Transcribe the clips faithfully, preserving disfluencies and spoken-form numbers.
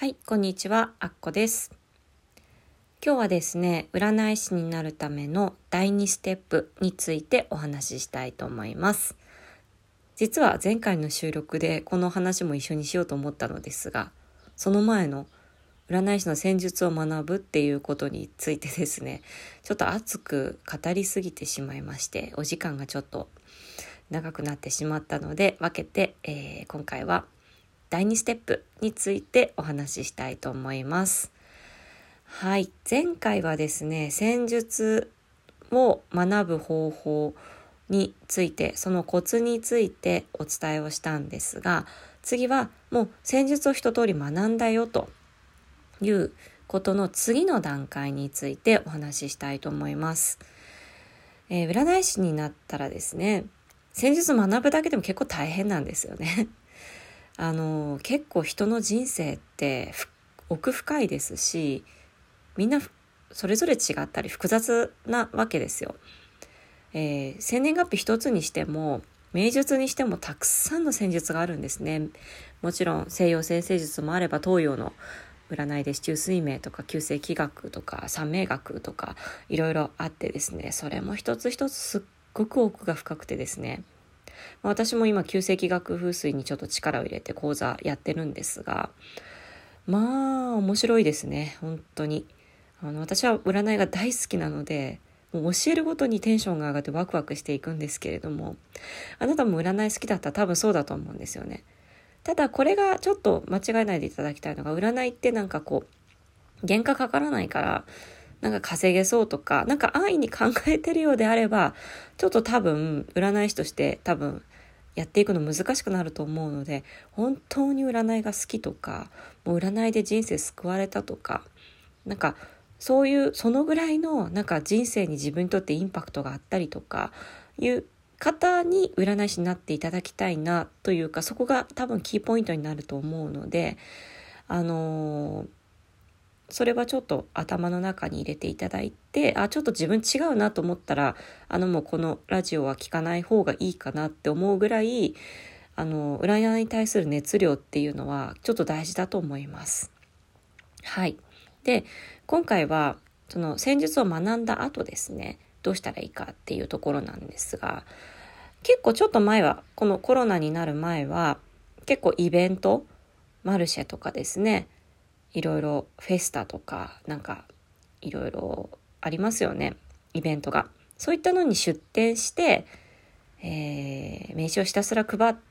はい、こんにちは、あっこです。今日はですね、占い師になるためのだいにステップについてお話ししたいと思います。実は前回の収録でこの話も一緒にしようと思ったのですが、その前の占い師の戦術を学ぶっていうことについてですね、ちょっと熱く語りすぎてしまいまして、お時間がちょっと長くなってしまったので分けて、えー、今回はだいにステップについてお話ししたいと思います。はい、前回はですね、戦術を学ぶ方法について、そのコツについてお伝えをしたんですが、次はもう戦術を一通り学んだよということの次の段階についてお話ししたいと思います。えー、占い師になったらですね、戦術を学ぶだけでも結構大変なんですよね。あの結構人の人生って奥深いですし、みんなそれぞれ違ったり複雑なわけですよ。えー、生年月日一つにしても命術にしてもたくさんの戦術があるんですね。もちろん西洋占星術もあれば、東洋の占いで四柱推命とか九星気学とか三名学とかいろいろあってですね、それも一つ一つすっごく奥が深くてですね、私も今九星気学風水にちょっと力を入れて講座やってるんですが、まあ面白いですね。本当にあの私は占いが大好きなので、もう教えるごとにテンションが上がってワクワクしていくんですけれども、あなたも占い好きだったら多分そうだと思うんですよね。ただこれがちょっと間違えないでいただきたいのが、占いってなんかこう原価かからないからなんか稼げそうとか、なんか安易に考えてるようであれば、ちょっと多分占い師として多分やっていくの難しくなると思うので、本当に占いが好きとか、もう占いで人生救われたとか、なんかそういうそのぐらいのなんか人生に自分にとってインパクトがあったりとかいう方に占い師になっていただきたいなというか、そこが多分キーポイントになると思うので、あのーそれはちょっと頭の中に入れていただいて、あ、ちょっと自分違うなと思ったら、あのもうこのラジオは聞かない方がいいかなって思うぐらい、あの占いに対する熱量っていうのはちょっと大事だと思います。はい。で、今回はその戦術を学んだ後ですね、どうしたらいいかっていうところなんですが、結構ちょっと前は、このコロナになる前は結構イベント、マルシェとかですね、いろいろフェスタとかなんかいろいろありますよね、イベントが。そういったのに出店して、えー、名刺をひたすら配って、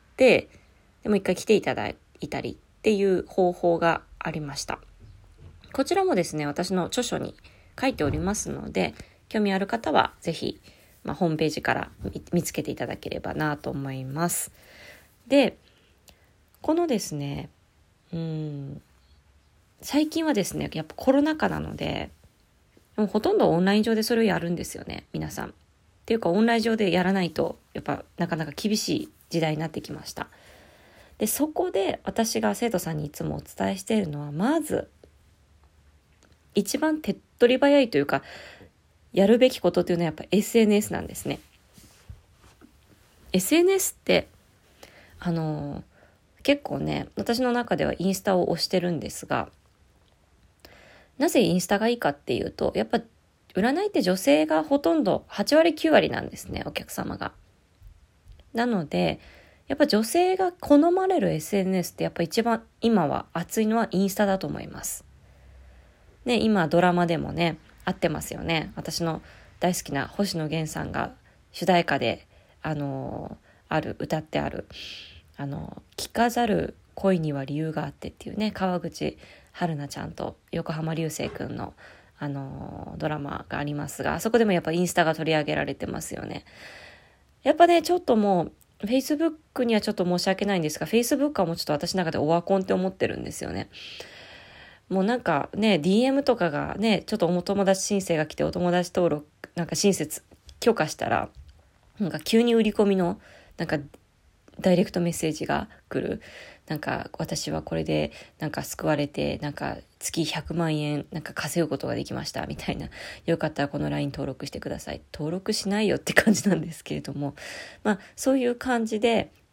でも一回来ていただいたりっていう方法がありました。こちらもですね、私の著書に書いておりますので、興味ある方はぜひ、まあ、ホームページから見つけていただければなと思います。で、このですね、うーん最近はですね、やっぱコロナ禍なので、もうほとんどオンライン上でそれをやるんですよね、皆さん。っていうかオンライン上でやらないと、やっぱなかなか厳しい時代になってきました。で、そこで私が生徒さんにいつもお伝えしているのは、まず、一番手っ取り早いというか、やるべきことっていうのはやっぱ エスエヌエス なんですね。エスエヌエスって、あの、結構ね、私の中ではインスタを推してるんですが、なぜインスタがいいかっていうと、やっぱ占いって女性がほとんどはちわりきゅうわりなんですね、お客様が。なのでやっぱ女性が好まれる エスエヌエス ってやっぱ一番今は熱いのはインスタだと思いますね。今ドラマでもね合ってますよね。私の大好きな星野源さんが主題歌であのある歌ってあるあの聞かざる恋には理由があってっていうね、川口春奈ちゃんと横浜流星くんのあのドラマがありますが、あそこでもやっぱインスタが取り上げられてますよね。やっぱねちょっともう Facebook にはちょっと申し訳ないんですが、 Facebook はもうちょっと私の中でオワコンって思ってるんですよね。もうなんかね ディーエム とかがね、ちょっとお友達申請が来てお友達登録なんか親切許可したら、なんか急に売り込みのなんかダイレクトメッセージが来る。なんか私はこれでなんか救われて、なんか月ひゃくまんえんなんか稼ぐことができましたみたいな、よかったらこの ライン 登録してください。登録しないよって感じなんですけれども、まあそういう感じで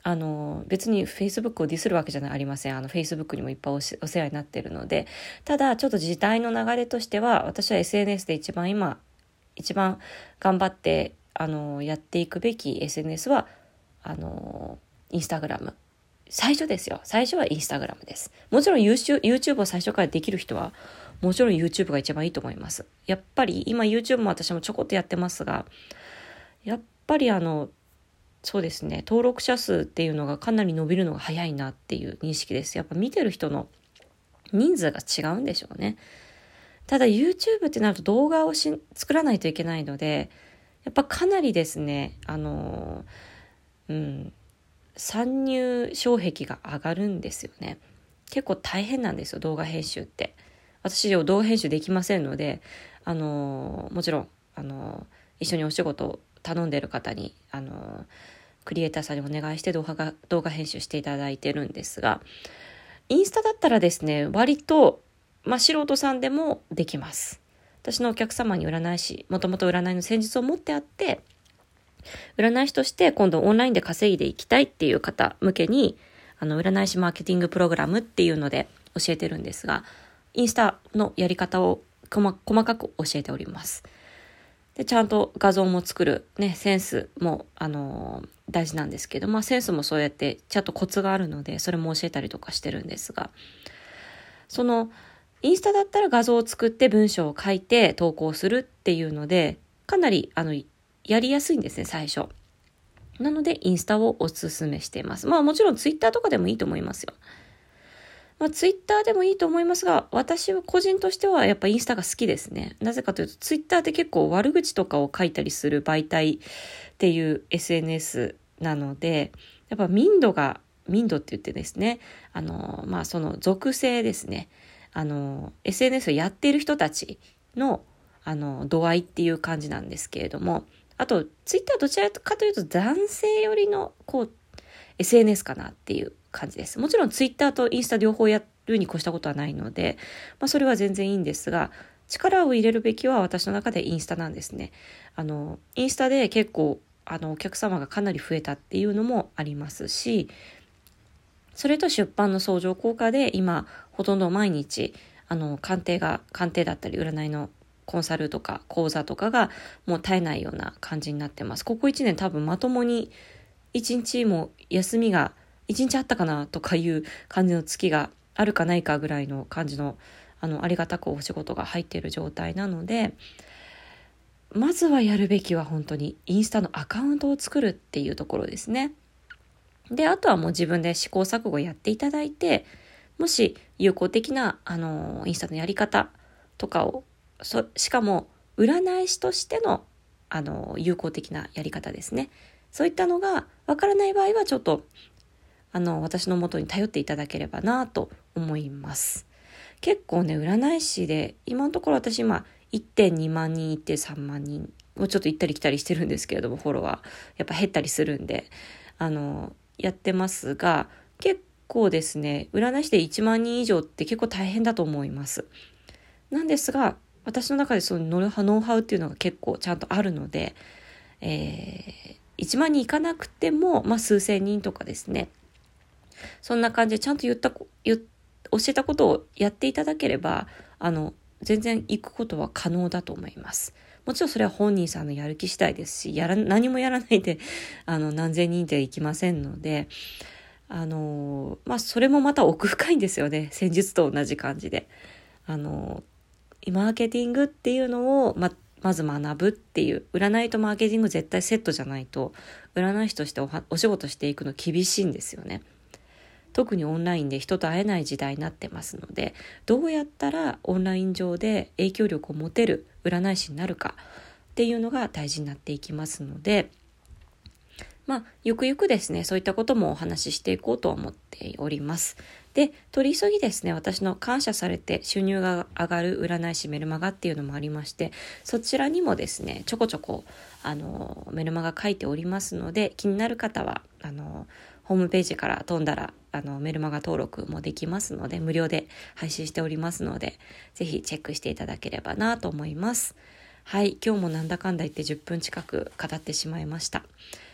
あの別に Facebook をディスるわけじゃありません。あの Facebook にもいっぱいおしお世話になっているので、ただちょっと時代の流れとしては、私は エスエヌエス で一番今一番頑張ってあのやっていくべき エスエヌエス はあのインスタグラム。最初ですよ。最初はインスタグラムです。もちろん YouTube を最初からできる人はもちろん YouTube が一番いいと思います。やっぱり今 YouTube も私もちょこっとやってますが、やっぱりあのそうですね、登録者数っていうのがかなり伸びるのが早いなっていう認識です。やっぱ見てる人の人数が違うんでしょうね。ただ YouTube ってなると動画をし作らないといけないので、やっぱかなりですね、あのうん参入障壁が上がるんですよね。結構大変なんですよ、動画編集って。私動画編集できませんので、あのもちろんあの一緒にお仕事を頼んでる方にあのクリエイターさんにお願いして動画が動画編集していただいてるんですが、インスタだったらですね、割と、まあ、素人さんでもできます。私のお客様に占い師、もともと占いの戦術を持ってあって、占い師として今度オンラインで稼いでいきたいっていう方向けに、あの占い師マーケティングプログラムっていうので教えてるんですが、インスタのやり方を細かく教えております。でちゃんと画像も作る、ね、センスも、あのー、大事なんですけど、まあ、センスもそうやってちゃんとコツがあるので、それも教えたりとかしてるんですが、そのインスタだったら画像を作って文章を書いて投稿するっていうので、かなりあのやりやすいんですね、最初。なのでインスタをおすすめしています。まあもちろんツイッターとかでもいいと思いますよ。まあ、ツイッターでもいいと思いますが、私は個人としてはやっぱインスタが好きですね。なぜかというと、ツイッターって結構悪口とかを書いたりする媒体っていう エスエヌエス なので、やっぱ民度が、民度って言ってですね、あの、まあその属性ですね。あの、エスエヌエス をやっている人たちの、あの、度合いっていう感じなんですけれども、あと、ツイッターどちらかというと男性寄りの、こう、エスエヌエス かなっていう感じです。もちろんツイッターとインスタ両方やるに越したことはないので、まあそれは全然いいんですが、力を入れるべきは私の中でインスタなんですね。あの、インスタで結構、あの、お客様がかなり増えたっていうのもありますし、それと出版の相乗効果で今、ほとんど毎日、あの、鑑定が、鑑定だったり占いのコンサルとか講座とかがもう絶えないような感じになってます。ここいちねん多分まともに一日も休みが一日あったかなとかいう感じの月があるかないかぐらいの感じの、あのありがたくお仕事が入っている状態なので、まずはやるべきは本当にインスタのアカウントを作るっていうところですね。で、あとはもう自分で試行錯誤やっていただいて、もし有効的なあのインスタのやり方とかを、そしかも占い師としてのあの有効的なやり方ですね。そういったのがわからない場合はちょっとあの私の元に頼っていただければなと思います。結構ね、占い師で今のところ私今 いってんにまんにん、いってんさんまんにんをちょっと行ったり来たりしてるんですけれども、フォロワーやっぱ減ったりするんであのやってますが、結構ですね、占い師でいちまんにん以上って結構大変だと思います。なんですが、私の中でそのノウハウっていうのが結構ちゃんとあるので、えー、いちまんにんいかなくても、まあ、数千人とかですね、そんな感じでちゃんと言った言教えたことをやっていただければ、あの全然行くことは可能だと思います。もちろんそれは本人さんのやる気次第ですし、やら何もやらないであの何千人で行きませんので、あのまあそれもまた奥深いんですよね。戦術と同じ感じで、あのマーケティングっていうのをままず学ぶっていう、占いとマーケティング絶対セットじゃないと占い師として お, お仕事していくの厳しいんですよね。特にオンラインで人と会えない時代になってますので、どうやったらオンライン上で影響力を持てる占い師になるかっていうのが大事になっていきますので、まあゆくゆくですね、そういったこともお話ししていこうと思っております。で、取り急ぎですね、私の感謝されて収入が上がる占い師メルマガっていうのもありまして、そちらにもですね、ちょこちょこあのメルマガ書いておりますので、気になる方はあのホームページから飛んだらあのメルマガ登録もできますので、無料で配信しておりますので、ぜひチェックしていただければなと思います。はい、今日もなんだかんだ言ってじゅっぷん近く語ってしまいました。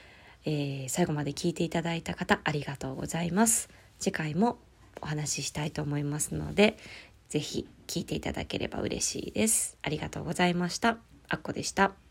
えー、最後まで聞いていただいた方ありがとうございます。次回もお話ししたいと思いますので、ぜひ聞いていただければ嬉しいです。ありがとうございました。あっこでした。